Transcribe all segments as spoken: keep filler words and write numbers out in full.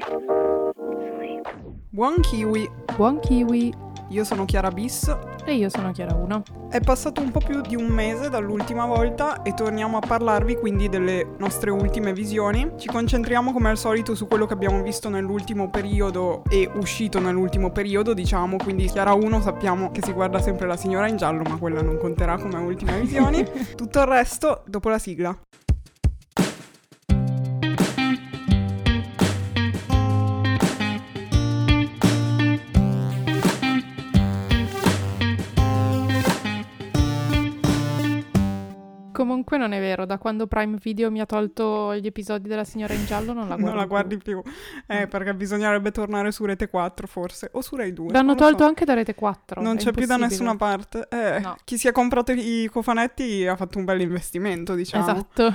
Buon kiwi! Buon kiwi! Io sono Chiara Bis. E io sono Chiara uno. È passato un po' più di un mese dall'ultima volta e torniamo a parlarvi quindi delle nostre ultime visioni. Ci concentriamo come al solito su quello che abbiamo visto nell'ultimo periodo e uscito nell'ultimo periodo, diciamo, quindi Chiara uno sappiamo che si guarda sempre La Signora in Giallo, ma quella non conterà come ultime visioni. Tutto il resto dopo la sigla. Comunque non è vero, da quando Prime Video mi ha tolto gli episodi della Signora in Giallo non la guardo Non la più. guardi più. Eh, perché bisognerebbe tornare su Rete quattro forse, o su Rai due. L'hanno non lo tolto so. anche da Rete quattro. Non è c'è più da impossibile. nessuna parte. Eh, No. Chi si è comprato i cofanetti ha fatto un bel investimento, diciamo. Esatto.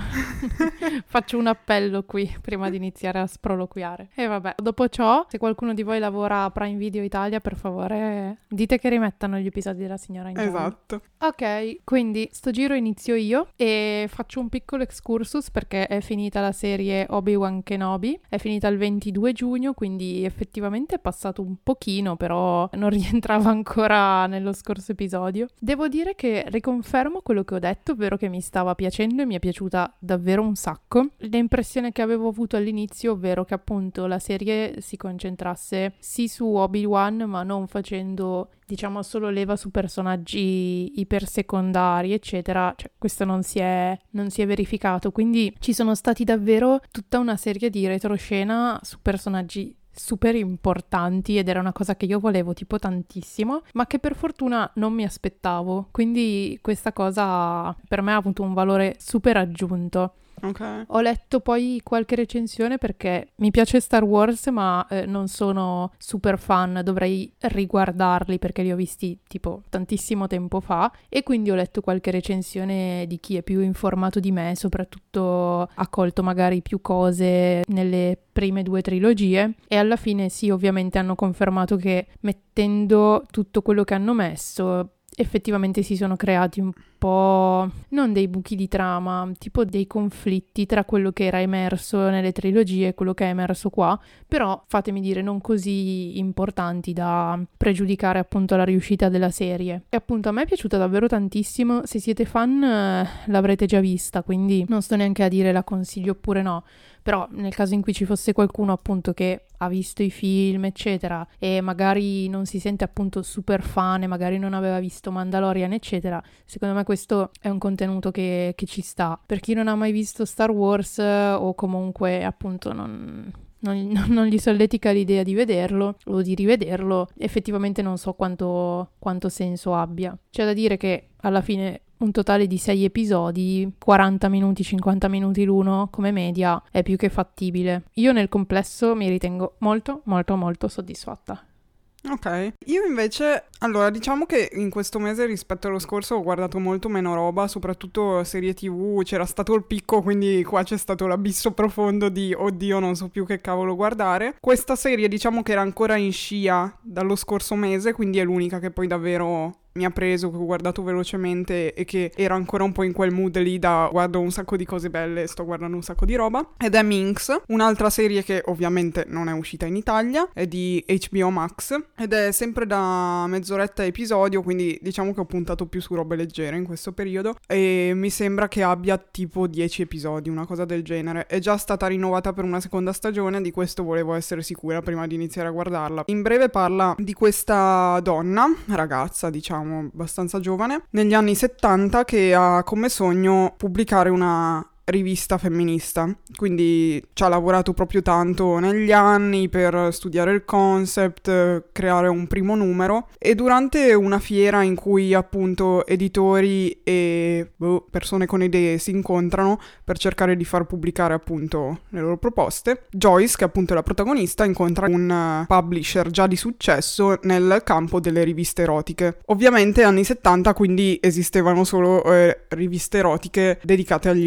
Faccio un appello qui prima di iniziare a sproloquiare. E vabbè, dopo ciò, se qualcuno di voi lavora a Prime Video Italia, per favore dite che rimettano gli episodi della Signora in Giallo. Esatto. Ok, quindi sto giro inizio io e faccio un piccolo excursus perché è finita la serie Obi-Wan Kenobi, è finita il ventidue giugno, quindi effettivamente è passato un pochino, però non rientrava ancora nello scorso episodio. Devo dire che riconfermo quello che ho detto, ovvero che mi stava piacendo e mi è piaciuta davvero un sacco. L'impressione che avevo avuto all'inizio, ovvero che appunto la serie si concentrasse sì su Obi-Wan, ma non facendo diciamo solo leva su personaggi ipersecondari eccetera, cioè questo non si è non si è verificato, quindi ci sono stati davvero tutta una serie di retroscena su personaggi super importanti ed era una cosa che io volevo tipo tantissimo, ma che per fortuna non mi aspettavo, quindi questa cosa per me ha avuto un valore super aggiunto. Ok. Ho letto poi qualche recensione perché mi piace Star Wars, ma eh, non sono super fan, dovrei riguardarli perché li ho visti tipo tantissimo tempo fa, e quindi ho letto qualche recensione di chi è più informato di me, soprattutto ha colto magari più cose nelle prime due trilogie, e alla fine sì, ovviamente hanno confermato che mettendo tutto quello che hanno messo effettivamente si sono creati un po' non dei buchi di trama, tipo dei conflitti tra quello che era emerso nelle trilogie e quello che è emerso qua, però fatemi dire non così importanti da pregiudicare appunto la riuscita della serie. E appunto a me è piaciuta davvero tantissimo, se siete fan eh, l'avrete già vista, quindi non sto neanche a dire la consiglio oppure no. Però nel caso in cui ci fosse qualcuno appunto che ha visto i film eccetera e magari non si sente appunto super fan e magari non aveva visto Mandalorian eccetera, secondo me questo è un contenuto che, che ci sta. Per chi non ha mai visto Star Wars o comunque appunto non... Non, non gli solletica l'idea di vederlo o di rivederlo, effettivamente non so quanto, quanto senso abbia. C'è da dire che alla fine un totale di sei episodi, quaranta minuti, cinquanta minuti l'uno come media, è più che fattibile. Io nel complesso mi ritengo molto, molto, molto soddisfatta. Ok, io invece, allora diciamo che in questo mese rispetto allo scorso ho guardato molto meno roba, soprattutto serie tv, c'era stato il picco, quindi qua c'è stato l'abisso profondo di oddio non so più che cavolo guardare. Questa serie diciamo che era ancora in scia dallo scorso mese, quindi è l'unica che poi davvero mi ha preso, che ho guardato velocemente e che era ancora un po' in quel mood lì da guardo un sacco di cose belle, sto guardando un sacco di roba, ed è Minx, un'altra serie che ovviamente non è uscita in Italia, è di H B O Max ed è sempre da mezz'oretta episodio, quindi diciamo che ho puntato più su robe leggere in questo periodo e mi sembra che abbia tipo dieci episodi, una cosa del genere. È già stata rinnovata per una seconda stagione, di questo volevo essere sicura prima di iniziare a guardarla. In breve parla di questa donna, ragazza diciamo abbastanza giovane, negli anni settanta, che ha come sogno pubblicare una rivista femminista, quindi ci ha lavorato proprio tanto negli anni per studiare il concept, creare un primo numero, e durante una fiera in cui appunto editori e boh, persone con idee si incontrano per cercare di far pubblicare appunto le loro proposte, Joyce, che appunto è la protagonista, incontra un publisher già di successo nel campo delle riviste erotiche. Ovviamente anni settanta, quindi esistevano solo eh, riviste erotiche dedicate agli uomini,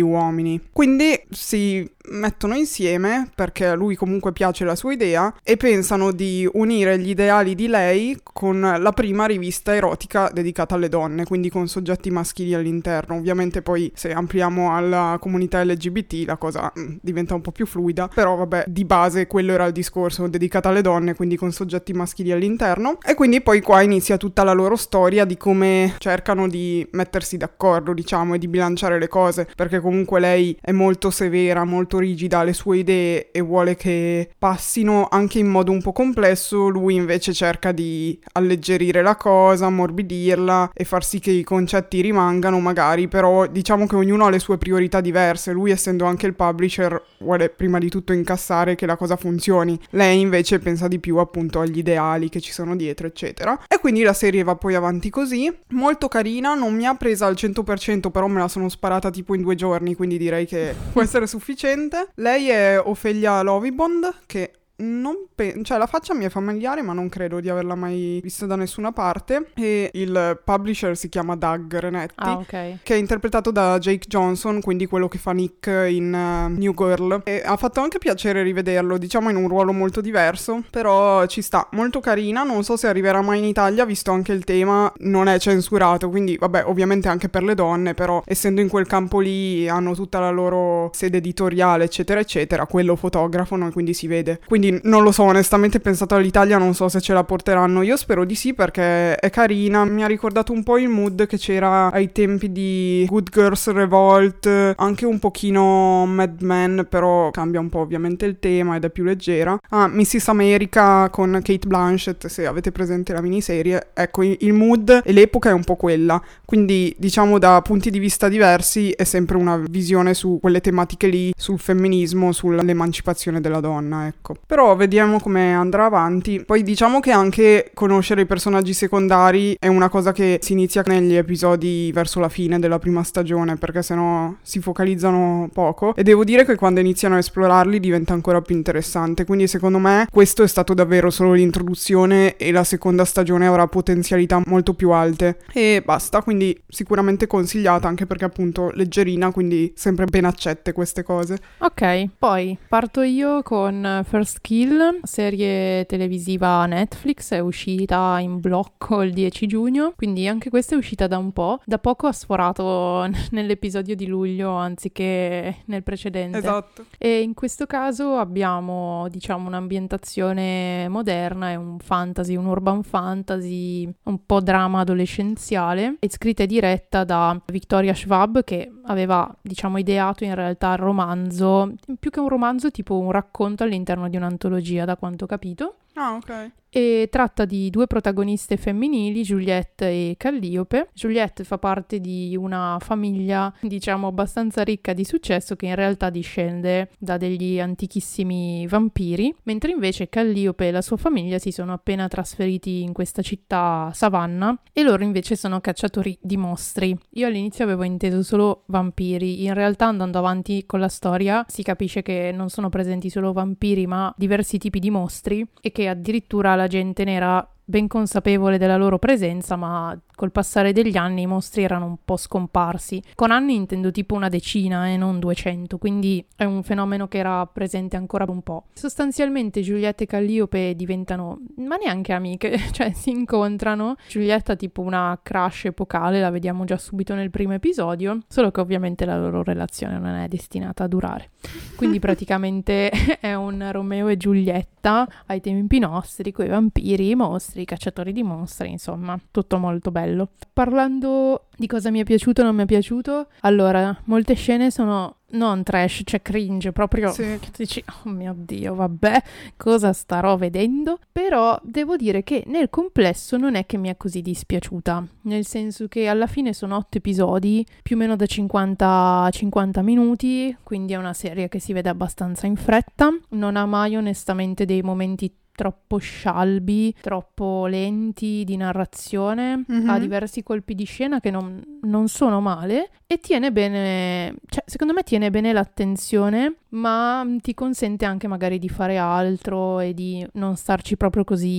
uomini. Quindi si mettono insieme perché a lui comunque piace la sua idea e pensano di unire gli ideali di lei con la prima rivista erotica dedicata alle donne, quindi con soggetti maschili all'interno. Ovviamente poi se ampliamo alla comunità L G B T la cosa mh, diventa un po' più fluida, però vabbè, di base quello era il discorso, dedicato alle donne, quindi con soggetti maschili all'interno. E quindi poi qua inizia tutta la loro storia di come cercano di mettersi d'accordo, diciamo, e di bilanciare le cose, perché comunque lei è molto severa, molto rigida alle sue idee e vuole che passino anche in modo un po' complesso. Lui invece cerca di alleggerire la cosa, ammorbidirla e far sì che i concetti rimangano magari, però diciamo che ognuno ha le sue priorità diverse. Lui, essendo anche il publisher, vuole prima di tutto incassare che la cosa funzioni, lei invece pensa di più appunto agli ideali che ci sono dietro, eccetera. E quindi la serie va poi avanti così, molto carina, non mi ha presa al cento per cento, però me la sono sparata tipo in due giorni, quindi direi che può essere sufficiente. Lei è Ophelia Lovibond, che non pe- cioè la faccia mi è familiare, ma non credo di averla mai vista da nessuna parte. E il publisher si chiama Doug Renetti, ah, okay. che è interpretato da Jake Johnson, quindi quello che fa Nick in uh, New Girl, e ha fatto anche piacere rivederlo, diciamo in un ruolo molto diverso, però ci sta, molto carina. Non so se arriverà mai in Italia, visto anche il tema non è censurato, quindi vabbè, ovviamente anche per le donne, però essendo in quel campo lì hanno tutta la loro sede editoriale, eccetera eccetera, quello fotografano e quindi si vede. Quindi non lo so, onestamente pensato all'Italia non so se ce la porteranno. Io spero di sì, perché è carina, mi ha ricordato un po' il mood che c'era ai tempi di Good Girls Revolt, anche un pochino Mad Men, però cambia un po' ovviamente il tema ed è più leggera. Ah, missus America con Kate Blanchett, se avete presente la miniserie, ecco, il mood e l'epoca è un po' quella, quindi diciamo da punti di vista diversi è sempre una visione su quelle tematiche lì, sul femminismo, sull'emancipazione della donna, ecco. Però vediamo come andrà avanti. Poi diciamo che anche conoscere i personaggi secondari è una cosa che si inizia negli episodi verso la fine della prima stagione, perché sennò si focalizzano poco, e devo dire che quando iniziano a esplorarli diventa ancora più interessante. Quindi secondo me questo è stato davvero solo l'introduzione e la seconda stagione avrà potenzialità molto più alte. E basta, quindi sicuramente consigliata, anche perché appunto leggerina, quindi sempre ben accette queste cose. Ok, poi parto io con First Kill, serie televisiva Netflix, è uscita in blocco il dieci giugno, quindi anche questa è uscita da un po'. Da poco ha sforato nell'episodio di luglio anziché nel precedente. Esatto. E in questo caso abbiamo, diciamo, un'ambientazione moderna, è un fantasy, un urban fantasy, un po' drama adolescenziale. È scritta e diretta da Victoria Schwab, che aveva, diciamo, ideato in realtà il romanzo, più che un romanzo, tipo un racconto all'interno di un'antologia, da quanto ho capito. Ah, ok. E tratta di due protagoniste femminili, Juliette e Calliope. Juliette fa parte di una famiglia, diciamo, abbastanza ricca di successo, che in realtà discende da degli antichissimi vampiri, mentre invece Calliope e la sua famiglia si sono appena trasferiti in questa città Savannah e loro invece sono cacciatori di mostri. Io all'inizio avevo inteso solo vampiri, in realtà andando avanti con la storia si capisce che non sono presenti solo vampiri ma diversi tipi di mostri, e che addirittura la gente ne era ben consapevole della loro presenza, ma col passare degli anni i mostri erano un po' scomparsi. Con anni intendo tipo una decina e eh, non duecento, quindi è un fenomeno che era presente ancora un po'. Sostanzialmente Giulietta e Calliope diventano, ma neanche amiche, cioè si incontrano. Giulietta tipo una crush epocale, la vediamo già subito nel primo episodio, solo che ovviamente la loro relazione non è destinata a durare. Quindi praticamente è un Romeo e Giulietta ai tempi nostri, coi vampiri, i mostri, i cacciatori di mostri, insomma, tutto molto bello. Parlando di cosa mi è piaciuto o non mi è piaciuto, allora, molte scene sono non trash, cioè cringe, proprio sì. Che tu dici, oh mio Dio, vabbè, cosa starò vedendo? Però devo dire che nel complesso non è che mi è così dispiaciuta, nel senso che alla fine sono otto episodi, più o meno da cinquanta minuti, quindi è una serie che si vede abbastanza in fretta, non ha mai onestamente dei momenti troppo scialbi, troppo lenti di narrazione, mm-hmm. ha diversi colpi di scena che non, non sono male e tiene bene, cioè secondo me tiene bene l'attenzione, ma ti consente anche magari di fare altro e di non starci proprio così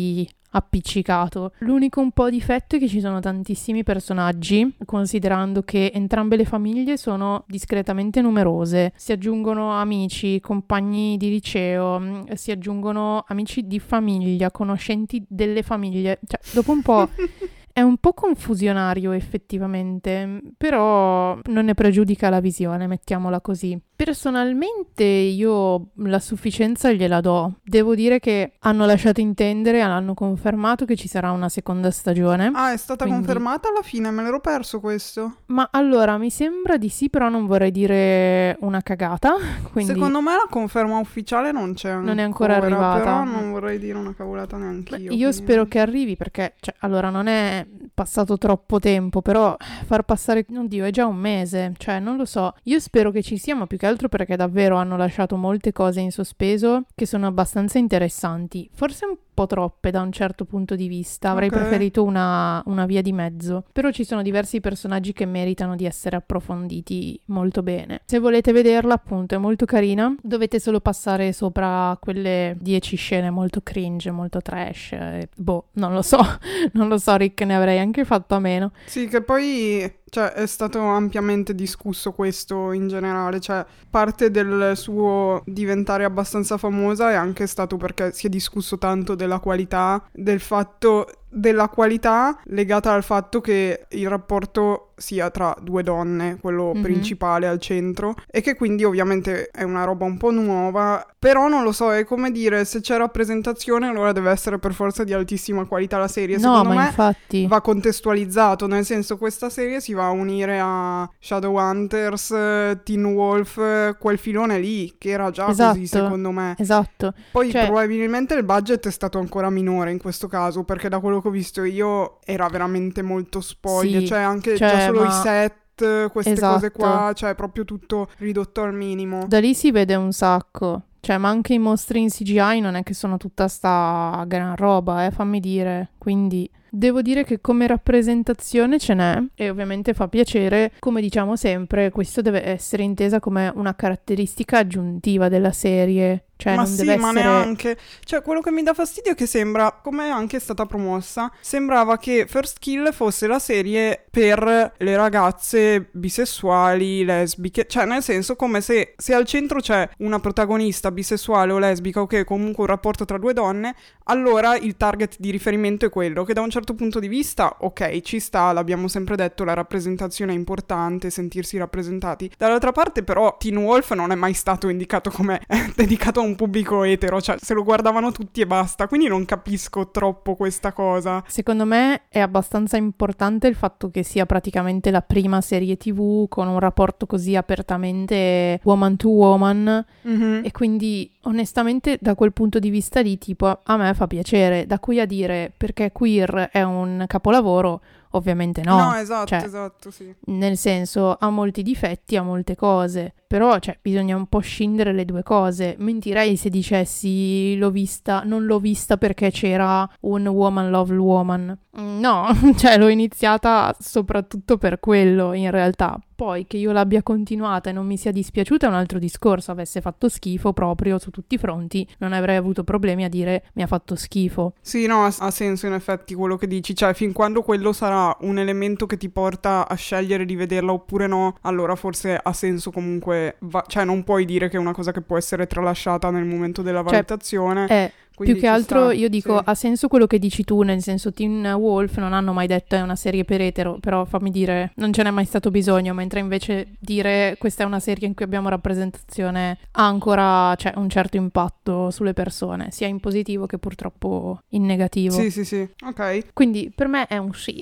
appiccicato. L'unico un po' difetto è che ci sono tantissimi personaggi, considerando che entrambe le famiglie sono discretamente numerose. Si aggiungono amici, compagni di liceo, si aggiungono amici di famiglia, conoscenti delle famiglie. Cioè, dopo un po' è un po' confusionario effettivamente, però non ne pregiudica la visione, mettiamola così. Personalmente io la sufficienza gliela do. Devo dire che hanno lasciato intendere, hanno confermato che ci sarà una seconda stagione. Ah, è stata quindi... confermata alla fine? Me l'ero perso questo. Ma allora, mi sembra di sì, però non vorrei dire una cagata. Quindi... Secondo me la conferma ufficiale non c'è ancora. Non è ancora arrivata. Però non vorrei dire una cavolata neanche io. Io quindi... spero che arrivi perché, cioè, allora non è passato troppo tempo, però far passare, oddio, è già un mese, cioè non lo so. Io spero che ci sia, ma più che altro perché davvero hanno lasciato molte cose in sospeso che sono abbastanza interessanti. Forse un po' troppe da un certo punto di vista, avrei Okay. preferito una, una via di mezzo, però ci sono diversi personaggi che meritano di essere approfonditi molto bene. Se volete vederla, appunto, è molto carina, dovete solo passare sopra quelle dieci scene molto cringe, molto trash, e, boh, non lo so, non lo so Rick, ne avrei anche fatto a meno. Sì, che poi, cioè, è stato ampiamente discusso questo in generale, cioè, parte del suo diventare abbastanza famosa è anche stato perché si è discusso tanto della qualità, del fatto della qualità legata al fatto che il rapporto sia tra due donne, quello Mhm. principale al centro, e che quindi ovviamente è una roba un po' nuova, però non lo so, è come dire, se c'è rappresentazione allora deve essere per forza di altissima qualità la serie. No, Secondo ma me infatti... va contestualizzato, nel senso questa serie si va a unire a Shadowhunters, eh, Teen Wolf, eh, quel filone lì, che era già Esatto. così secondo me. Esatto. Poi Cioè- probabilmente il budget è stato ancora minore in questo caso, perché da quello che ho visto io era veramente molto spoglia, Sì, cioè anche cioè, già solo ma- i set, queste Esatto. cose qua, cioè proprio tutto ridotto al minimo. Da lì si vede un sacco. Cioè, ma anche i mostri in C G I non è che sono tutta sta gran roba, eh, fammi dire. Quindi devo dire che come rappresentazione ce n'è e ovviamente fa piacere. Come diciamo sempre, questo deve essere intesa come una caratteristica aggiuntiva della serie. Cioè, ma non sì, deve ma essere... neanche. Cioè, quello che mi dà fastidio è che sembra, come è anche stata promossa, sembrava che First Kill fosse la serie per le ragazze bisessuali, lesbiche. Cioè, nel senso, come se, se al centro c'è una protagonista bisessuale o lesbica o che comunque un rapporto tra due donne, allora il target di riferimento è quello, che da un certo punto di vista, ok, ci sta, l'abbiamo sempre detto, la rappresentazione è importante, sentirsi rappresentati. Dall'altra parte, però, Teen Wolf non è mai stato indicato come dedicato a un pubblico etero, cioè se lo guardavano tutti e basta, quindi non capisco troppo questa cosa. Secondo me è abbastanza importante il fatto che sia praticamente la prima serie tivù con un rapporto così apertamente woman to woman Mhm. e quindi onestamente da quel punto di vista lì tipo a me fa piacere, da cui a dire perché queer è un capolavoro, ovviamente no. No, esatto, cioè, esatto, sì. Nel senso, ha molti difetti, ha molte cose, però cioè, bisogna un po' scindere le due cose. Mentirei se dicessi l'ho vista, non l'ho vista perché c'era un woman love woman. No, cioè l'ho iniziata soprattutto per quello in realtà. Poi che io l'abbia continuata e non mi sia dispiaciuta è un altro discorso. Avesse fatto schifo proprio su tutti i fronti, non avrei avuto problemi a dire mi ha fatto schifo. Sì, no, ha ha senso in effetti quello che dici, cioè fin quando quello sarà un elemento che ti porta a scegliere di vederla oppure no, allora forse ha senso comunque, va- cioè non puoi dire che è una cosa che può essere tralasciata nel momento della Cioè, valutazione. Eh, quindi più che ci altro sta, io dico sì. ha senso quello che dici tu, nel senso Teen Wolf non hanno mai detto è una serie per etero, però fammi dire non ce n'è mai stato bisogno, mentre invece dire questa è una serie in cui abbiamo rappresentazione ha ancora cioè, un certo impatto sulle persone, sia in positivo che purtroppo in negativo. Sì, sì, sì, ok. Quindi per me è un sì.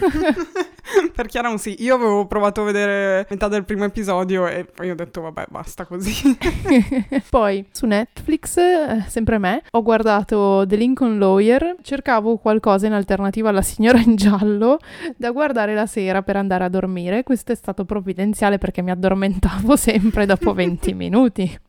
Per Chiara un sì, io avevo provato a vedere metà del primo episodio e poi ho detto vabbè basta così. Poi su Netflix, eh, sempre me, ho guardato The Lincoln Lawyer, cercavo qualcosa in alternativa alla Signora in Giallo da guardare la sera per andare a dormire. Questo è stato provvidenziale perché mi addormentavo sempre dopo venti minuti.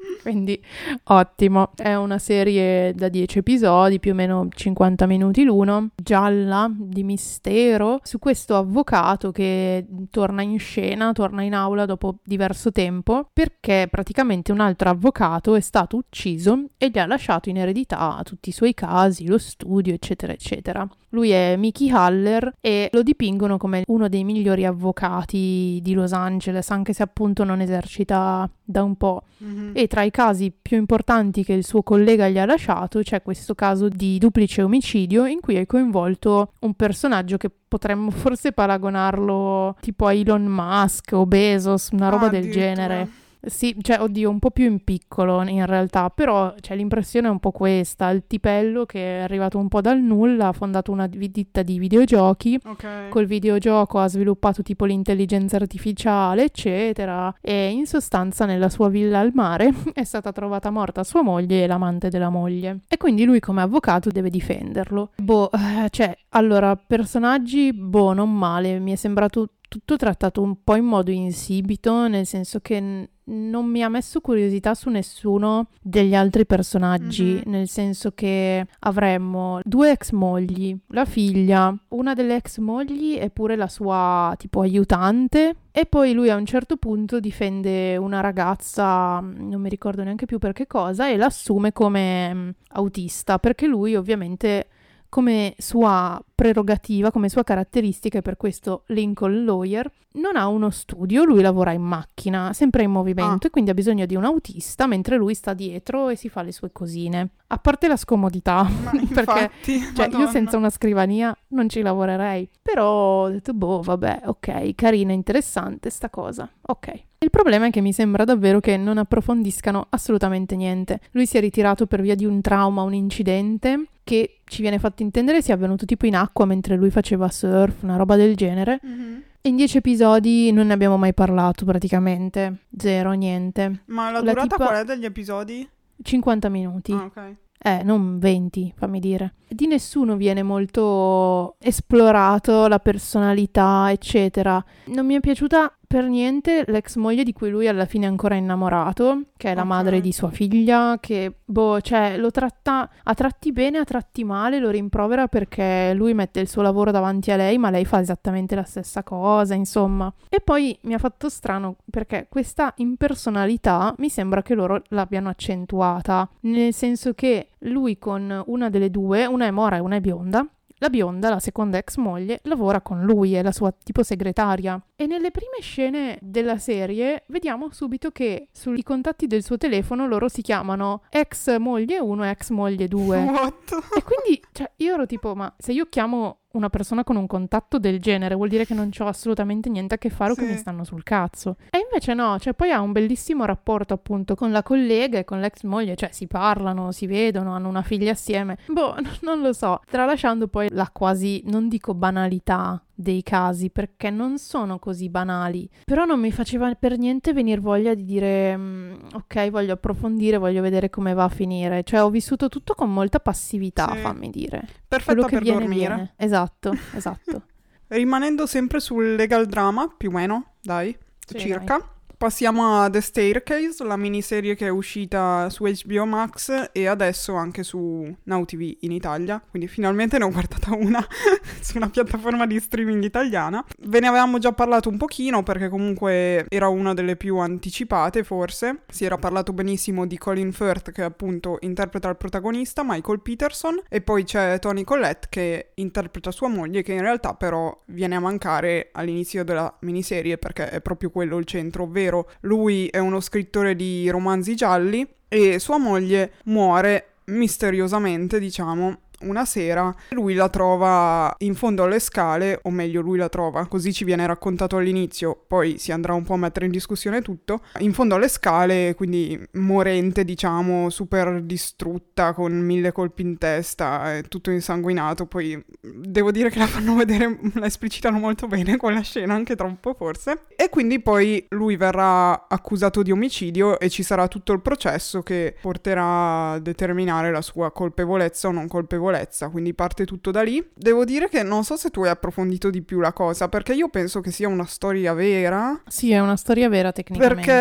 Quindi ottimo. È una serie da dieci episodi, più o meno cinquanta minuti l'uno, gialla, di mistero, su questo avvocato che torna in scena, torna in aula dopo diverso tempo, perché praticamente un altro avvocato è stato ucciso e gli ha lasciato in eredità tutti i suoi casi, lo studio, eccetera, eccetera. Lui è Mickey Haller e lo dipingono come uno dei migliori avvocati di Los Angeles, anche se appunto non esercita da un po'. Mm-hmm. E tra i casi più importanti che il suo collega gli ha lasciato c'è questo caso di duplice omicidio in cui è coinvolto un personaggio che potremmo forse paragonarlo tipo a Elon Musk o Bezos, una roba ah, del genere. Sì, cioè, oddio, un po' più in piccolo in realtà, però cioè, l'impressione è un po' questa, il tipello che è arrivato un po' dal nulla, ha fondato una ditta di videogiochi, okay. Col videogioco ha sviluppato tipo l'intelligenza artificiale, eccetera, e in sostanza nella sua villa al mare è stata trovata morta sua moglie e l'amante della moglie, e quindi lui come avvocato deve difenderlo. Boh, cioè, allora, personaggi, boh, non male, mi è sembrato tutto trattato un po' in modo insibito, nel senso che n- non mi ha messo curiosità su nessuno degli altri personaggi, mm-hmm. nel senso che avremmo due ex mogli, la figlia, una delle ex mogli è pure la sua tipo aiutante, e poi lui a un certo punto difende una ragazza, non mi ricordo neanche più per che cosa, e l'assume come um, autista, perché lui ovviamente come sua prerogativa, come sua caratteristica, e per questo Lincoln Lawyer, non ha uno studio, lui lavora in macchina, sempre in movimento, ah. e quindi ha bisogno di un autista mentre lui sta dietro e si fa le sue cosine. A parte la scomodità, perché cioè, io senza una scrivania non ci lavorerei, però ho detto boh, vabbè, ok, carina, interessante sta cosa, ok. Il problema è che mi sembra davvero che non approfondiscano assolutamente niente. Lui si è ritirato per via di un trauma, un incidente che ci viene fatto intendere sia avvenuto tipo in acqua mentre lui faceva surf, una roba del genere. Mm-hmm. E in dieci episodi non ne abbiamo mai parlato praticamente. Zero, niente. Ma la durata la tipa... qual è degli episodi? cinquanta minuti. Ah, ok. Eh, non venti, fammi dire. Di nessuno viene molto esplorato la personalità, eccetera. Non mi è piaciuta per niente l'ex moglie di cui lui alla fine è ancora innamorato, che è la okay. madre di sua figlia, che, boh, cioè, lo tratta a tratti bene, a tratti male, lo rimprovera perché lui mette il suo lavoro davanti a lei, ma lei fa esattamente la stessa cosa, insomma. E poi mi ha fatto strano perché questa impersonalità mi sembra che loro l'abbiano accentuata, nel senso che lui con una delle due, una è mora e una è bionda, la bionda, la seconda ex moglie, lavora con lui, è la sua tipo segretaria. E nelle prime scene della serie vediamo subito che sui contatti del suo telefono loro si chiamano ex moglie uno e ex moglie due. What? E quindi, cioè, io ero tipo, ma se io chiamo una persona con un contatto del genere vuol dire che non c'ho assolutamente niente a che fare, sì. o che mi stanno sul cazzo. E invece no, cioè poi ha un bellissimo rapporto appunto con la collega e con l'ex moglie, cioè si parlano, si vedono, hanno una figlia assieme. Boh, non lo so, tralasciando poi la quasi, non dico banalità dei casi, perché non sono così banali, però non mi faceva per niente venire voglia di dire ok, voglio approfondire, voglio vedere come va a finire, cioè ho vissuto tutto con molta passività, sì. fammi dire. Perfetta per viene, dormire. Viene. Esatto, esatto. Rimanendo sempre sul legal drama, più o meno, dai, sì, circa. Dai. Passiamo a The Staircase, la miniserie che è uscita su H B O Max e adesso anche su Now T V in Italia, quindi finalmente ne ho guardata una su una piattaforma di streaming italiana. Ve ne avevamo già parlato un pochino perché comunque era una delle più anticipate forse, si era parlato benissimo di Colin Firth che appunto interpreta il protagonista, Michael Peterson, e poi c'è Toni Collette che interpreta sua moglie, che in realtà però viene a mancare all'inizio della miniserie perché è proprio quello il centro, ovvero lui è uno scrittore di romanzi gialli e sua moglie muore misteriosamente, diciamo, una sera. Lui la trova in fondo alle scale, o meglio lui la trova, così ci viene raccontato all'inizio, poi si andrà un po' a mettere in discussione tutto, in fondo alle scale, quindi morente, diciamo, super distrutta, con mille colpi in testa, è tutto insanguinato. Poi devo dire che la fanno vedere, la esplicitano molto bene quella scena, anche troppo forse, e quindi poi lui verrà accusato di omicidio e ci sarà tutto il processo che porterà a determinare la sua colpevolezza o non colpevolezza. Quindi parte tutto da lì. Devo dire che non so se tu hai approfondito di più la cosa, perché io penso che sia una storia vera. Sì, è una storia vera tecnicamente. Perché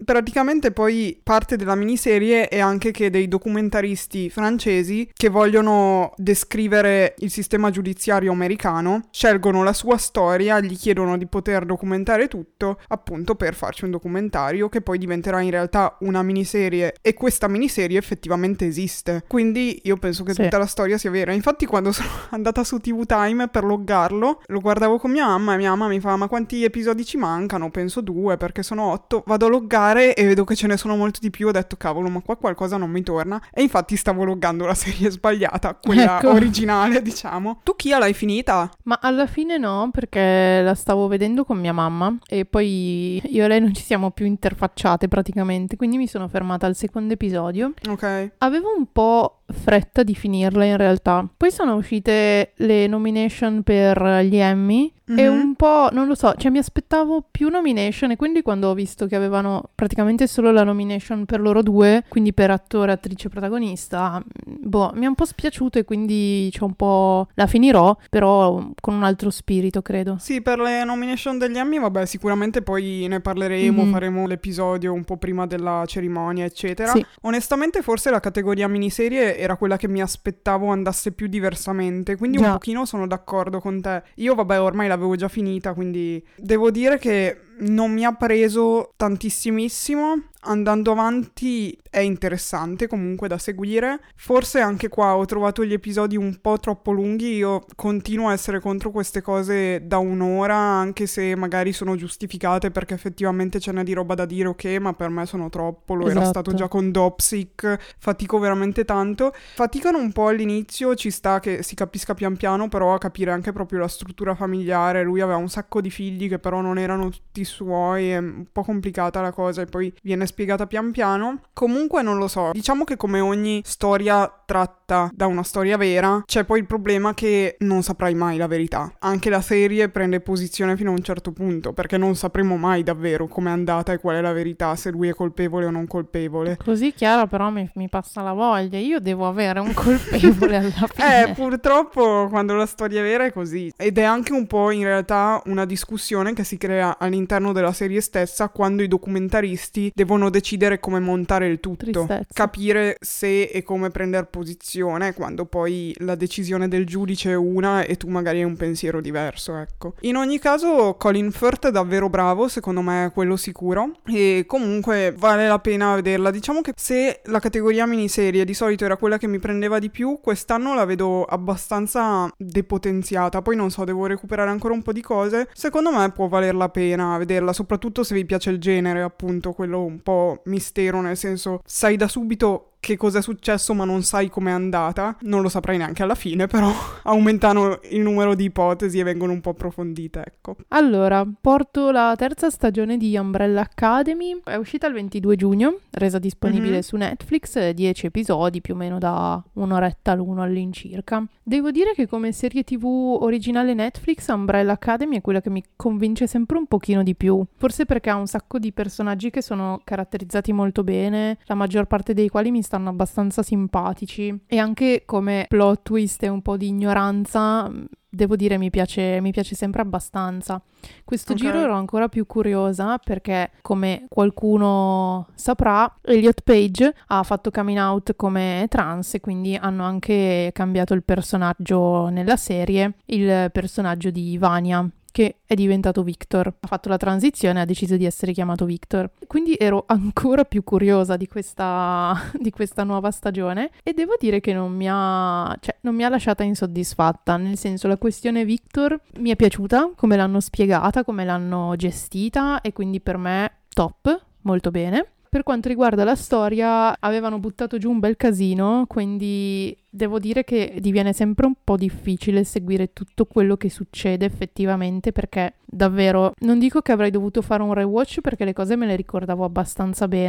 Praticamente poi parte della miniserie è anche che dei documentaristi francesi che vogliono descrivere il sistema giudiziario americano scelgono la sua storia, gli chiedono di poter documentare tutto appunto per farci un documentario che poi diventerà in realtà una miniserie, e questa miniserie effettivamente esiste, quindi io penso che sì. tutta la storia sia vera. Infatti quando sono andata su T V Time per loggarlo lo guardavo con mia mamma e mia mamma mi fa: ma quanti episodi ci mancano? Penso due, perché sono otto. Vado a loggare e vedo che ce ne sono molto di più. Ho detto cavolo, ma qua qualcosa non mi torna, e infatti stavo loggando la serie sbagliata, quella ecco. originale diciamo. Tu Kia l'hai finita? Ma alla fine no, perché la stavo vedendo con mia mamma e poi io e lei non ci siamo più interfacciate praticamente, quindi mi sono fermata al secondo episodio. Ok. Avevo un po' fretta di finirla in realtà. Poi sono uscite le nomination per gli Emmy mm-hmm. e un po', non lo so, cioè mi aspettavo più nomination, e quindi quando ho visto che avevano praticamente solo la nomination per loro due, quindi per attore, attrice, protagonista, boh, mi è un po' spiaciuto e quindi c'è un po'... la finirò, però con un altro spirito, credo. Sì, per le nomination degli Emmy, vabbè, sicuramente poi ne parleremo, mm-hmm. faremo l'episodio un po' prima della cerimonia, eccetera. Sì. Onestamente forse la categoria miniserie era quella che mi aspettavo andasse più diversamente, quindi Già. un pochino sono d'accordo con te. Io vabbè ormai l'avevo già finita, quindi devo dire che non mi ha preso tantissimissimo. Andando avanti è interessante comunque da seguire. Forse anche qua ho trovato gli episodi un po' troppo lunghi. Io continuo a essere contro queste cose da un'ora, anche se magari sono giustificate perché effettivamente ce n'è di roba da dire, ok, ma per me sono troppo. Lo esatto. era stato già con Dopsic. Fatico veramente tanto. Faticano un po' all'inizio, ci sta che si capisca pian piano, però a capire anche proprio la struttura familiare. Lui aveva un sacco di figli che però non erano tutti suoi, è un po' complicata la cosa e poi viene spiegata pian piano. Comunque non lo so, diciamo che come ogni storia tratta da una storia vera, c'è poi il problema che non saprai mai la verità. Anche la serie prende posizione fino a un certo punto, perché non sapremo mai davvero com'è andata e qual è la verità, se lui è colpevole o non colpevole. Così chiaro però mi, mi passa la voglia, io devo avere un colpevole alla fine. Eh, purtroppo quando la storia è vera è così. Ed è anche un po' in realtà una discussione che si crea all'interno della serie stessa quando i documentaristi devono decidere come montare il tutto. Tristezza. Capire se e come prendere posizione quando poi la decisione del giudice è una e tu magari hai un pensiero diverso, ecco. In ogni caso Colin Firth è davvero bravo, secondo me è quello sicuro, e comunque vale la pena vederla. Diciamo che se la categoria miniserie di solito era quella che mi prendeva di più, quest'anno la vedo abbastanza depotenziata. Poi non so, devo recuperare ancora un po' di cose. Secondo me può valer la pena vederla, soprattutto se vi piace il genere, appunto, quello un po' mistero, nel senso sai da subito che cosa è successo ma non sai com'è andata, non lo saprai neanche alla fine, però aumentano il numero di ipotesi e vengono un po' approfondite, ecco. Allora, porto la terza stagione di Umbrella Academy, è uscita il ventidue giugno, resa disponibile mm-hmm. su Netflix, dieci episodi più o meno da un'oretta l'uno all'incirca. Devo dire che come serie tv originale Netflix Umbrella Academy è quella che mi convince sempre un pochino di più, forse perché ha un sacco di personaggi che sono caratterizzati molto bene, la maggior parte dei quali mi stanno abbastanza simpatici, e anche come plot twist e un po' di ignoranza devo dire mi piace, mi piace sempre abbastanza. Questo okay. giro ero ancora più curiosa perché, come qualcuno saprà, Elliot Page ha fatto coming out come trans e quindi hanno anche cambiato il personaggio nella serie, il personaggio di Vanya, che è diventato Victor. Ha fatto la transizione e ha deciso di essere chiamato Victor. Quindi ero ancora più curiosa di questa, di questa nuova stagione, e devo dire che non mi ha, cioè, non mi ha lasciata insoddisfatta, nel senso la questione Victor mi è piaciuta, come l'hanno spiegata, come l'hanno gestita, e quindi per me top, molto bene. Per quanto riguarda la storia, avevano buttato giù un bel casino, quindi devo dire che diviene sempre un po' difficile seguire tutto quello che succede effettivamente, perché davvero non dico che avrei dovuto fare un rewatch perché le cose me le ricordavo abbastanza bene,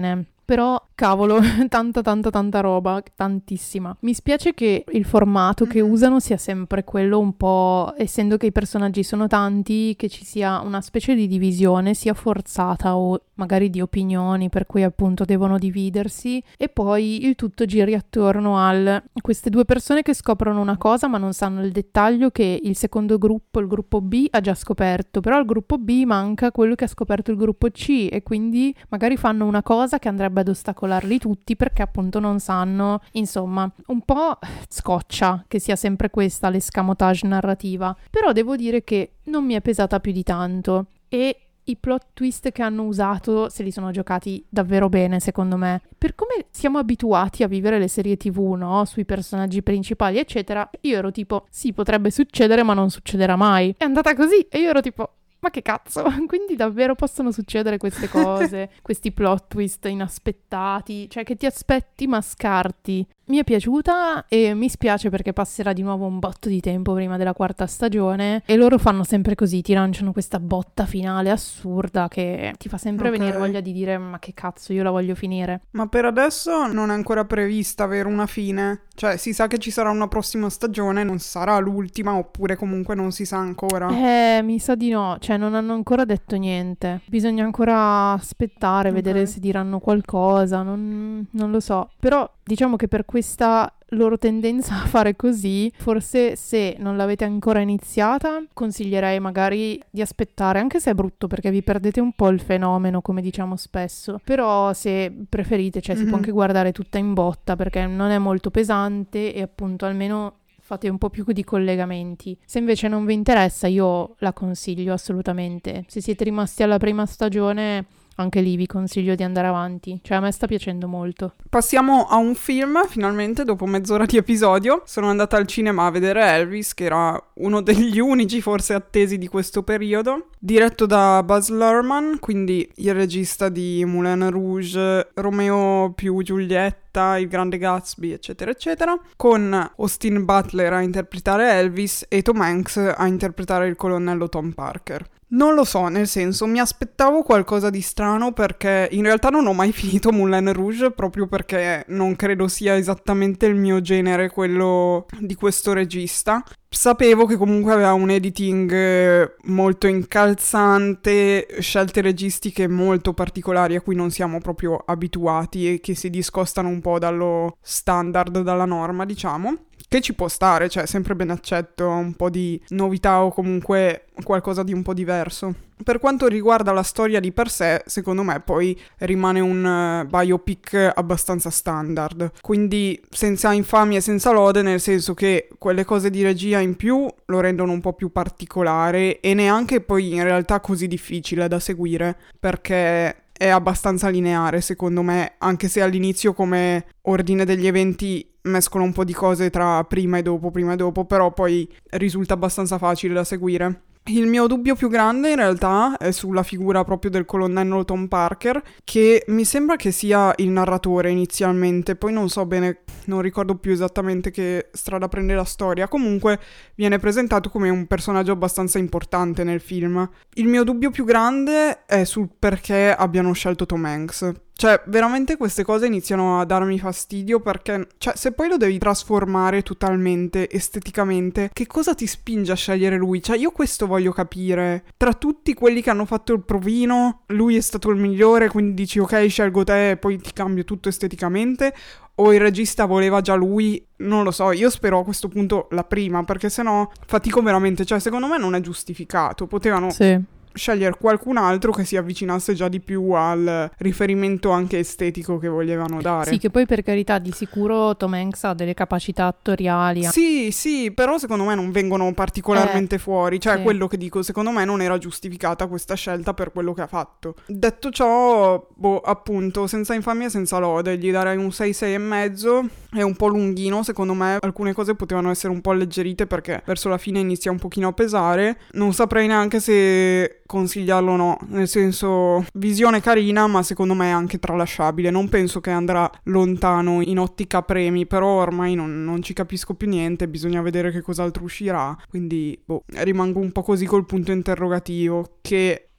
Però cavolo, tanta tanta tanta roba, tantissima. Mi spiace che il formato che usano sia sempre quello un po', essendo che i personaggi sono tanti, che ci sia una specie di divisione sia forzata o magari di opinioni per cui appunto devono dividersi, e poi il tutto giri attorno al queste due persone che scoprono una cosa ma non sanno il dettaglio che il secondo gruppo, il gruppo B, ha già scoperto, però al gruppo B manca quello che ha scoperto il gruppo C e quindi magari fanno una cosa che andrebbe ad ostacolarli tutti perché appunto non sanno. Insomma, un po' scoccia che sia sempre questa l'escamotage narrativa, però devo dire che non mi è pesata più di tanto e i plot twist che hanno usato se li sono giocati davvero bene, secondo me. Per come siamo abituati a vivere le serie tivù, no? Sui personaggi principali, eccetera, io ero tipo, sì, potrebbe succedere, ma non succederà mai. È andata così e io ero tipo, ma che cazzo? Quindi davvero possono succedere queste cose, questi plot twist inaspettati, cioè che ti aspetti ma scarti. Mi è piaciuta e mi spiace perché passerà di nuovo un botto di tempo prima della quarta stagione e loro fanno sempre così, ti lanciano questa botta finale assurda che ti fa sempre Ok. venire voglia di dire ma che cazzo, io la voglio finire. Ma per adesso non è ancora prevista avere una fine? Cioè, si sa che ci sarà una prossima stagione, non sarà l'ultima, oppure comunque non si sa ancora? Eh, mi sa di no, cioè non hanno ancora detto niente. Bisogna ancora aspettare, Ok. vedere se diranno qualcosa, non, non lo so. Però diciamo che per questa loro tendenza a fare così, forse se non l'avete ancora iniziata, consiglierei magari di aspettare, anche se è brutto perché vi perdete un po' il fenomeno, come diciamo spesso. Però se preferite, cioè Mm-hmm. si può anche guardare tutta in botta perché non è molto pesante e appunto almeno fate un po' più di collegamenti. Se invece non vi interessa, io la consiglio assolutamente. Se siete rimasti alla prima stagione, anche lì vi consiglio di andare avanti. Cioè a me sta piacendo molto. Passiamo a un film, finalmente, dopo mezz'ora di episodio. Sono andata al cinema a vedere Elvis, che era uno degli unici forse attesi di questo periodo. Diretto da Baz Luhrmann, quindi il regista di Moulin Rouge, Romeo più Giulietta, Il Grande Gatsby, eccetera, eccetera. Con Austin Butler a interpretare Elvis e Tom Hanks a interpretare il colonnello Tom Parker. Non lo so, nel senso, mi aspettavo qualcosa di strano perché in realtà non ho mai finito Moulin Rouge proprio perché non credo sia esattamente il mio genere quello di questo regista. Sapevo che comunque aveva un editing molto incalzante, scelte registiche molto particolari a cui non siamo proprio abituati e che si discostano un po' dallo standard, dalla norma, diciamo. Che ci può stare, cioè sempre ben accetto un po' di novità o comunque qualcosa di un po' diverso. Per quanto riguarda la storia di per sé, secondo me poi rimane un uh, biopic abbastanza standard. Quindi senza infamia e senza lode, nel senso che quelle cose di regia in più lo rendono un po' più particolare e neanche poi in realtà così difficile da seguire, perché è abbastanza lineare secondo me, anche se all'inizio come ordine degli eventi mescola un po' di cose tra prima e dopo, prima e dopo, però poi risulta abbastanza facile da seguire. Il mio dubbio più grande in realtà è sulla figura proprio del colonnello Tom Parker, che mi sembra che sia il narratore inizialmente, poi non so bene, non ricordo più esattamente che strada prende la storia, comunque viene presentato come un personaggio abbastanza importante nel film. Il mio dubbio più grande è sul perché abbiano scelto Tom Hanks. Cioè, veramente queste cose iniziano a darmi fastidio perché, cioè, se poi lo devi trasformare totalmente, esteticamente, che cosa ti spinge a scegliere lui? Cioè, io questo voglio capire. Tra tutti quelli che hanno fatto il provino, lui è stato il migliore, quindi dici, ok, scelgo te e poi ti cambio tutto esteticamente? O il regista voleva già lui? Non lo so, io spero a questo punto la prima, perché sennò fatico veramente. Cioè, secondo me non è giustificato. Potevano... Sì. scegliere qualcun altro che si avvicinasse già di più al riferimento anche estetico che volevano dare. Sì, che poi per carità di sicuro Tom Hanks ha delle capacità attoriali. Sì, sì, però secondo me non vengono particolarmente eh, fuori, cioè sì. quello che dico, secondo me non era giustificata questa scelta per quello che ha fatto. Detto ciò, boh, appunto, senza infamia e senza lode, gli darei un sei, sei e mezzo, è un po' lunghino, secondo me alcune cose potevano essere un po' alleggerite perché verso la fine inizia un pochino a pesare, non saprei neanche se consigliarlo o no, nel senso visione carina ma secondo me anche tralasciabile, non penso che andrà lontano in ottica premi, però ormai non, non ci capisco più niente, bisogna vedere che cos'altro uscirà, quindi boh, rimango un po' così col punto interrogativo che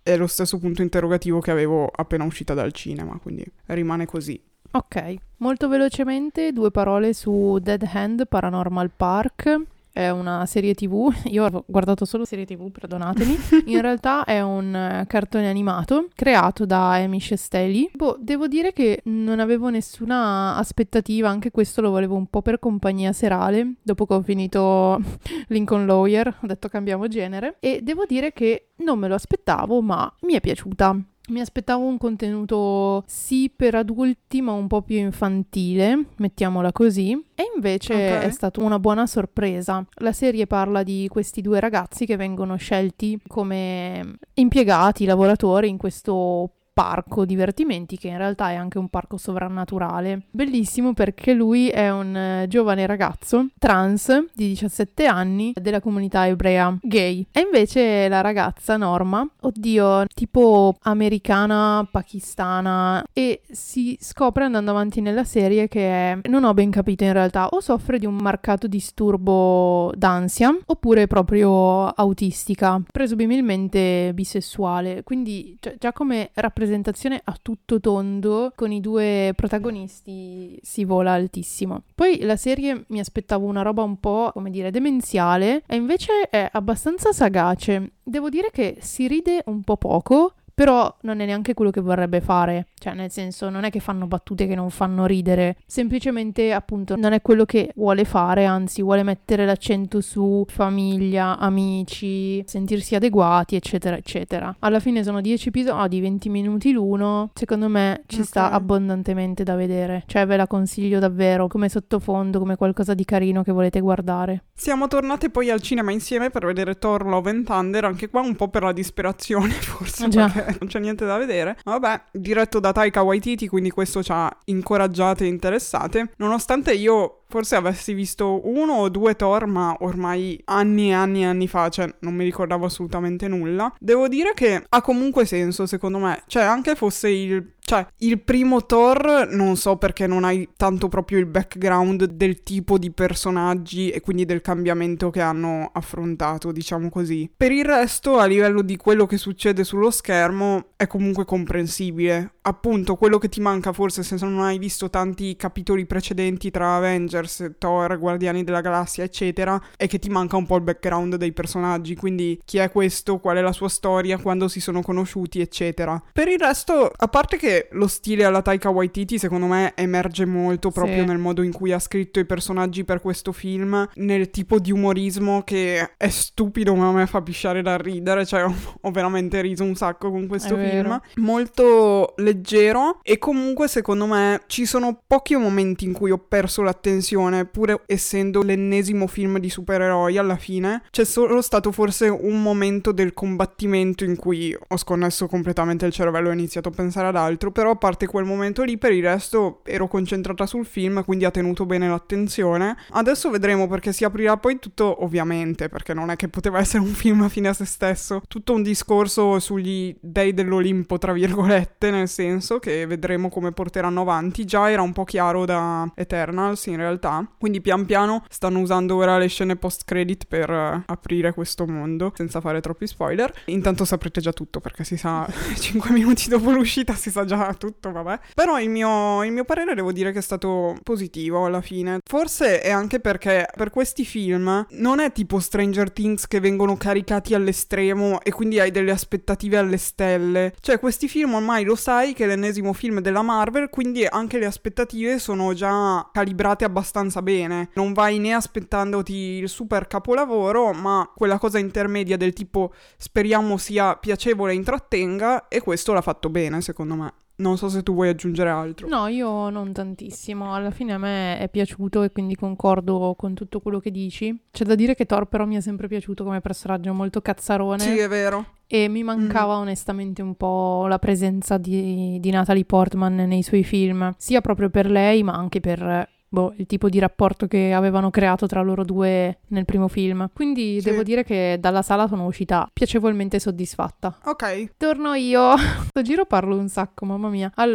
è lo stesso punto interrogativo che avevo appena uscita dal cinema, quindi rimane così. Ok, molto velocemente due parole su Dead Hand Paranormal Park. È una serie tv, io ho guardato solo serie tv, perdonatemi, in realtà è un cartone animato creato da Amy Shesteli. Boh, devo dire che non avevo nessuna aspettativa, anche questo lo volevo un po' per compagnia serale, dopo che ho finito Lincoln Lawyer, ho detto cambiamo genere, e devo dire che non me lo aspettavo, ma mi è piaciuta. Mi aspettavo un contenuto sì per adulti ma un po' più infantile, mettiamola così, e invece Okay. è stata una buona sorpresa. La serie parla di questi due ragazzi che vengono scelti come impiegati, lavoratori in questo parco divertimenti che in realtà è anche un parco sovrannaturale. Bellissimo perché lui è un eh, giovane ragazzo trans di diciassette anni della comunità ebrea gay, e invece la ragazza Norma, oddio, tipo americana, pakistana, e si scopre andando avanti nella serie che è, non ho ben capito in realtà, o soffre di un marcato disturbo d'ansia oppure proprio autistica, presumibilmente bisessuale, quindi cioè, già come rappresentazione a tutto tondo con i due protagonisti si vola altissimo. Poi la serie mi aspettavo una roba un po', come dire, demenziale, e invece è abbastanza sagace. Devo dire che si ride un po' poco, però non è neanche quello che vorrebbe fare, cioè nel senso non è che fanno battute che non fanno ridere, semplicemente appunto non è quello che vuole fare, anzi vuole mettere l'accento su famiglia, amici, sentirsi adeguati eccetera eccetera. Alla fine sono dieci episodi, venti minuti l'uno, secondo me ci Ok. sta abbondantemente da vedere, cioè ve la consiglio davvero come sottofondo, come qualcosa di carino che volete guardare. Siamo tornate poi al cinema insieme per vedere Thor Love and Thunder, anche qua un po' per la disperazione forse, Già. perché non c'è niente da vedere. Ma vabbè, diretto da Taika Waititi, quindi questo ci ha incoraggiate e interessate, nonostante io forse avessi visto uno o due Thor, ma ormai anni e anni e anni fa, cioè non mi ricordavo assolutamente nulla. Devo dire che ha comunque senso, secondo me. Cioè, anche fosse il... Cioè, il primo Thor, non so perché non hai tanto proprio il background del tipo di personaggi e quindi del cambiamento che hanno affrontato, diciamo così. Per il resto, a livello di quello che succede sullo schermo, è comunque comprensibile. Appunto, quello che ti manca forse se non hai visto tanti capitoli precedenti tra Avengers, Thor, Guardiani della Galassia, eccetera, è che ti manca un po' il background dei personaggi, quindi chi è questo, qual è la sua storia, quando si sono conosciuti, eccetera. Per il resto, a parte che lo stile alla Taika Waititi secondo me emerge molto proprio Sì. nel modo in cui ha scritto i personaggi per questo film, nel tipo di umorismo che è stupido ma a me fa pisciare da ridere, cioè ho, ho veramente riso un sacco con questo È film, vero. molto leggero, e comunque secondo me ci sono pochi momenti in cui ho perso l'attenzione, pur essendo l'ennesimo film di supereroi alla fine. C'è solo stato forse un momento del combattimento in cui ho sconnesso completamente il cervello e ho iniziato a pensare ad altro, però a parte quel momento lì per il resto ero concentrata sul film, quindi ha tenuto bene l'attenzione. Adesso vedremo, perché si aprirà poi tutto, ovviamente, perché non è che poteva essere un film a fine a se stesso, tutto un discorso sugli dei dell'Olimpo tra virgolette, nel senso che vedremo come porteranno avanti. Già era un po' chiaro da Eternals in realtà, quindi pian piano stanno usando ora le scene post credit per uh, aprire questo mondo senza fare troppi spoiler. Intanto saprete già tutto perché si sa cinque minuti dopo l'uscita si sa già tutto, vabbè. Però il mio, il mio parere devo dire che è stato positivo alla fine. Forse è anche perché per questi film non è tipo Stranger Things che vengono caricati all'estremo e quindi hai delle aspettative alle stelle. Cioè questi film ormai lo sai che è l'ennesimo film della Marvel, quindi anche le aspettative sono già calibrate abbastanza bene. Non vai né aspettandoti il super capolavoro, ma quella cosa intermedia del tipo speriamo sia piacevole e intrattenga, e questo l'ha fatto bene secondo me. Non so se tu vuoi aggiungere altro. No, io non tantissimo. Alla fine a me è piaciuto e quindi concordo con tutto quello che dici. C'è da dire che Thor però mi è sempre piaciuto come personaggio, molto cazzarone. Sì, è vero. E mi mancava mm. onestamente un po' la presenza di, di Natalie Portman nei suoi film, sia proprio per lei ma anche per... Boh, il tipo di rapporto che avevano creato tra loro due nel primo film. Quindi sì, devo dire che dalla sala sono uscita piacevolmente soddisfatta. Ok. Torno io. Sto giro parlo un sacco, mamma mia. Allora,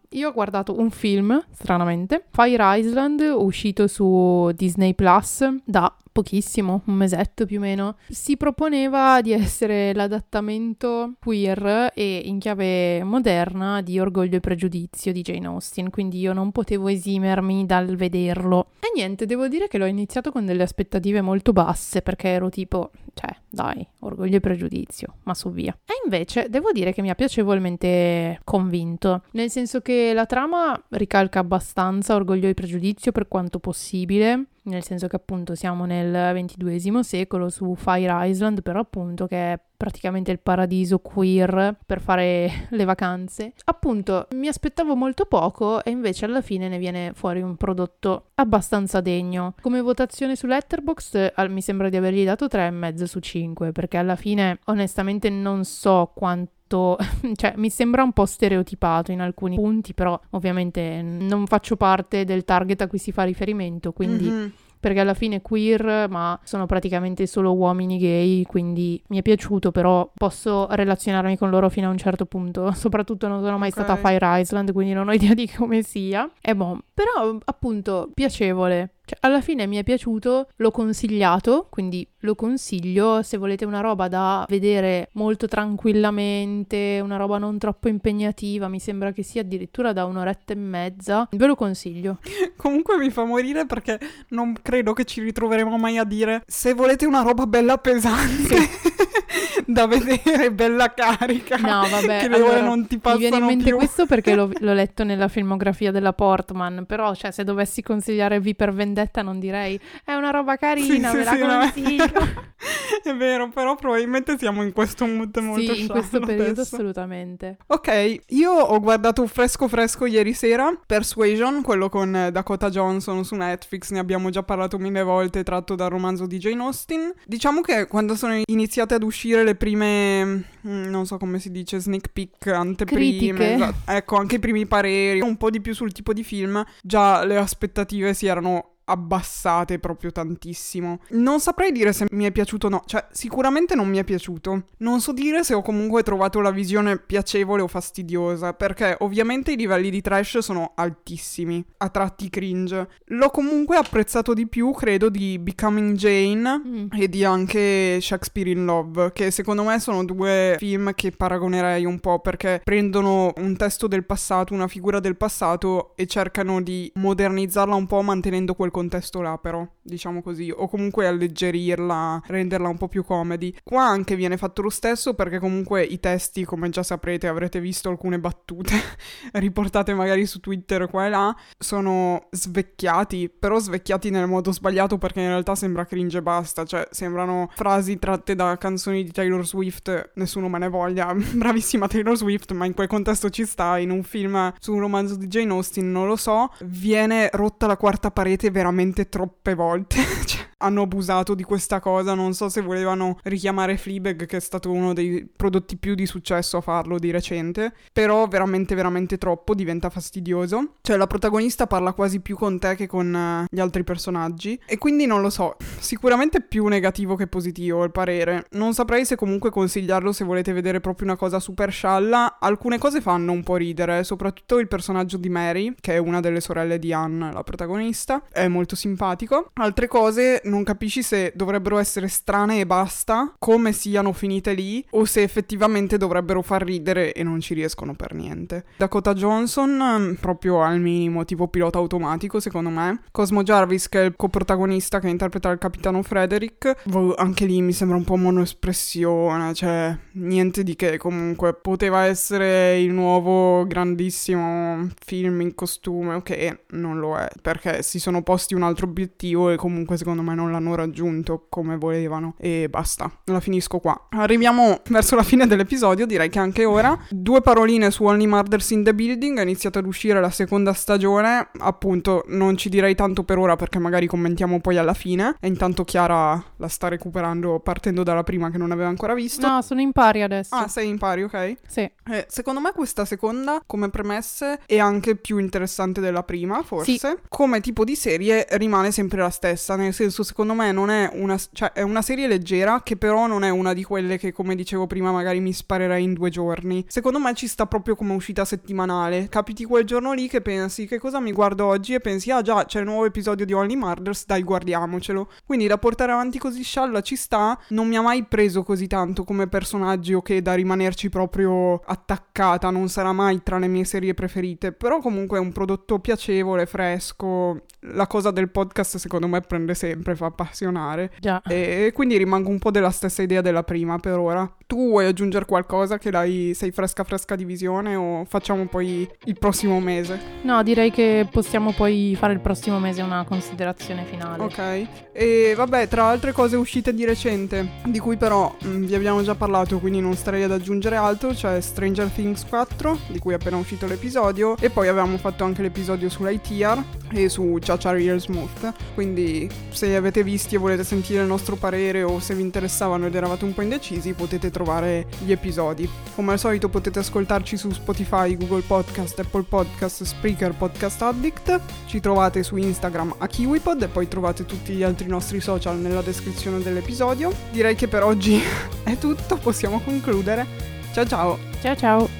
Io ho guardato un film, stranamente, Fire Island, uscito su Disney Plus da pochissimo, un mesetto più o meno. Si proponeva di essere l'adattamento queer e in chiave moderna di Orgoglio e Pregiudizio di Jane Austen, quindi io non potevo esimermi dal vederlo. E niente, devo dire che l'ho iniziato con delle aspettative molto basse, perché ero tipo, cioè, dai, Orgoglio e Pregiudizio, ma su via. E invece devo dire che mi ha piacevolmente convinto, nel senso che la trama ricalca abbastanza Orgoglio e Pregiudizio per quanto possibile, nel senso che appunto siamo nel ventiduesimo secolo su Fire Island, però appunto che è praticamente il paradiso queer per fare le vacanze. Appunto mi aspettavo molto poco e invece alla fine ne viene fuori un prodotto abbastanza degno. Come votazione su Letterboxd eh, mi sembra di avergli dato tre e mezzo su cinque, perché alla fine onestamente non so quanto, cioè mi sembra un po' stereotipato in alcuni punti, però ovviamente non faccio parte del target a cui si fa riferimento, quindi mm-hmm. perché alla fine queer, ma sono praticamente solo uomini gay, quindi mi è piaciuto, però posso relazionarmi con loro fino a un certo punto, soprattutto non sono mai okay. stata a Fire Island, quindi non ho idea di come sia, e boh, però appunto piacevole. Cioè, alla fine mi è piaciuto, l'ho consigliato, quindi lo consiglio se volete una roba da vedere molto tranquillamente, una roba non troppo impegnativa, mi sembra che sia addirittura da un'oretta e mezza, ve lo consiglio. Comunque mi fa morire perché non credo che ci ritroveremo mai a dire se volete una roba bella pesante. Sì. Da vedere, bella carica, no vabbè, che le allora, ore non ti passano mi viene in mente più. Questo perché l'ho, l'ho letto nella filmografia della Portman, però cioè se dovessi consigliare V per Vendetta non direi è una roba carina, sì, me sì, la sì, consiglio. No. È vero, però probabilmente siamo in questo mood molto sì, in questo periodo adesso. Assolutamente. Ok, io ho guardato fresco fresco ieri sera Persuasion, quello con Dakota Johnson su Netflix, ne abbiamo già parlato mille volte, tratto dal romanzo di Jane Austen. Diciamo che quando sono iniziate ad uscire le prime, non so come si dice, sneak peek, anteprime, esatto, ecco, anche i primi pareri, un po' di più sul tipo di film, già le aspettative si erano abbassate proprio tantissimo. Non saprei dire se mi è piaciuto o no, cioè sicuramente non mi è piaciuto. Non so dire se ho comunque trovato la visione piacevole o fastidiosa, perché ovviamente i livelli di trash sono altissimi, a tratti cringe. L'ho comunque apprezzato di più, credo, di Becoming Jane mm. e di anche Shakespeare in Love, che secondo me sono due film che paragonerei un po', perché prendono un testo del passato, una figura del passato e cercano di modernizzarla un po' mantenendo quel contesto là, però, diciamo così, o comunque alleggerirla, renderla un po' più comedy. Qua anche viene fatto lo stesso, perché comunque i testi, come già saprete, avrete visto alcune battute riportate magari su Twitter qua e là, sono svecchiati, però svecchiati nel modo sbagliato, perché in realtà sembra cringe e basta, cioè sembrano frasi tratte da canzoni di Taylor Swift, nessuno me ne voglia, bravissima Taylor Swift, ma in quel contesto ci sta. In un film su un romanzo di Jane Austen, non lo so, viene rotta la quarta parete veramente troppe volte. Cioè, hanno abusato di questa cosa, non so se volevano richiamare Fleabag, che è stato uno dei prodotti più di successo a farlo di recente, però veramente veramente troppo, diventa fastidioso. Cioè la protagonista parla quasi più con te che con uh, gli altri personaggi, e quindi non lo so, sicuramente più negativo che positivo il parere. Non saprei se comunque consigliarlo se volete vedere proprio una cosa super scialla. Alcune cose fanno un po' ridere, soprattutto il personaggio di Mary, che è una delle sorelle di Anne, la protagonista, è molto simpatico. Altre cose non capisci se dovrebbero essere strane e basta, come siano finite lì, o se effettivamente dovrebbero far ridere e non ci riescono per niente. Dakota Johnson proprio al minimo, tipo pilota automatico secondo me. Cosmo Jarvis, che è il coprotagonista che interpreta il capitano Frederick, anche lì mi sembra un po' monoespressione, cioè niente di che. Comunque poteva essere il nuovo grandissimo film in costume, ok, non lo è, perché si sono posti un altro obiettivo e comunque secondo me non l'hanno raggiunto come volevano, e basta, la finisco qua. Arriviamo verso la fine dell'episodio, direi che anche ora. Due paroline su Only Murders in the Building, è iniziata ad uscire la seconda stagione, appunto non ci direi tanto per ora perché magari commentiamo poi alla fine, e intanto Chiara la sta recuperando partendo dalla prima che non aveva ancora visto. No, sono in pari adesso. Ah, sei in pari, ok. Sì. Eh, secondo me questa seconda, come premesse, è anche più interessante della prima, forse. Sì. Come tipo di serie rimane sempre la stessa, nel senso, secondo me non è una... cioè è una serie leggera che però non è una di quelle che, come dicevo prima, magari mi sparerei in due giorni. Secondo me ci sta proprio come uscita settimanale. Capiti quel giorno lì che pensi, che cosa mi guardo oggi? E pensi, ah già, c'è il nuovo episodio di Only Murders, dai guardiamocelo. Quindi da portare avanti così scialla ci sta. Non mi ha mai preso così tanto come personaggio che da rimanerci proprio attaccata, non sarà mai tra le mie serie preferite, però comunque è un prodotto piacevole, fresco. La cosa del podcast secondo me prende sempre, fa appassionare. Già. E quindi rimango un po' della stessa idea della prima per ora. Tu vuoi aggiungere qualcosa, che dai, sei fresca fresca di visione, o facciamo poi il prossimo mese? No, direi che possiamo poi fare il prossimo mese una considerazione finale. Ok. E vabbè, tra altre cose uscite di recente, di cui però mh, vi abbiamo già parlato, quindi non starei ad aggiungere altro, c'è Stranger Things quattro, di cui è appena uscito l'episodio, e poi avevamo fatto anche l'episodio sull'I T R e su Cha-Cha Real Smooth, quindi se li avete visti e volete sentire il nostro parere, o se vi interessavano ed eravate un po' indecisi, potete trovare gli episodi. Come al solito potete ascoltarci su Spotify, Google Podcast, Apple Podcast, Spreaker, Podcast Addict. Ci trovate su Instagram a KiwiPod e poi trovate tutti gli altri nostri social nella descrizione dell'episodio. Direi che per oggi è tutto, possiamo concludere. Ciao ciao! Ciao ciao!